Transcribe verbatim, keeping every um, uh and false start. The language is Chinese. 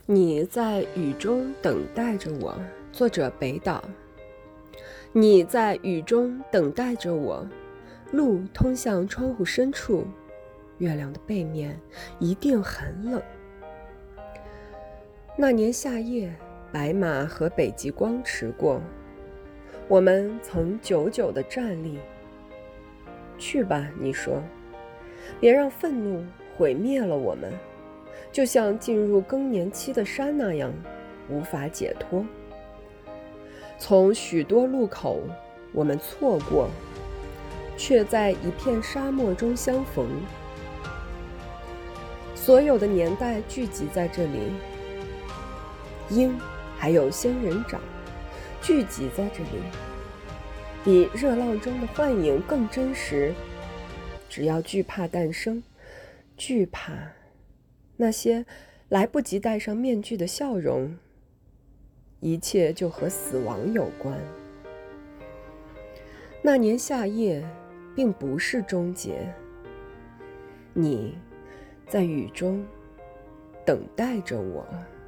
你在雨中等待着我。作者北岛。你在雨中等待着我，路通向窗户深处，月亮的背面一定很冷。那年夏夜，白马和北极光驰过，我们曾久久地站立。去吧，你说，别让愤怒毁灭了我们，就像进入更年期的山那样，无法解脱。从许多路口，我们错过，却在一片沙漠中相逢。所有的年代聚集在这里，鹰还有仙人掌聚集在这里，比热浪中的幻影更真实。只要惧怕诞生，惧怕那些来不及戴上面具的笑容，一切就和死亡有关。那年夏夜并不是终结，你在雨中等待着我。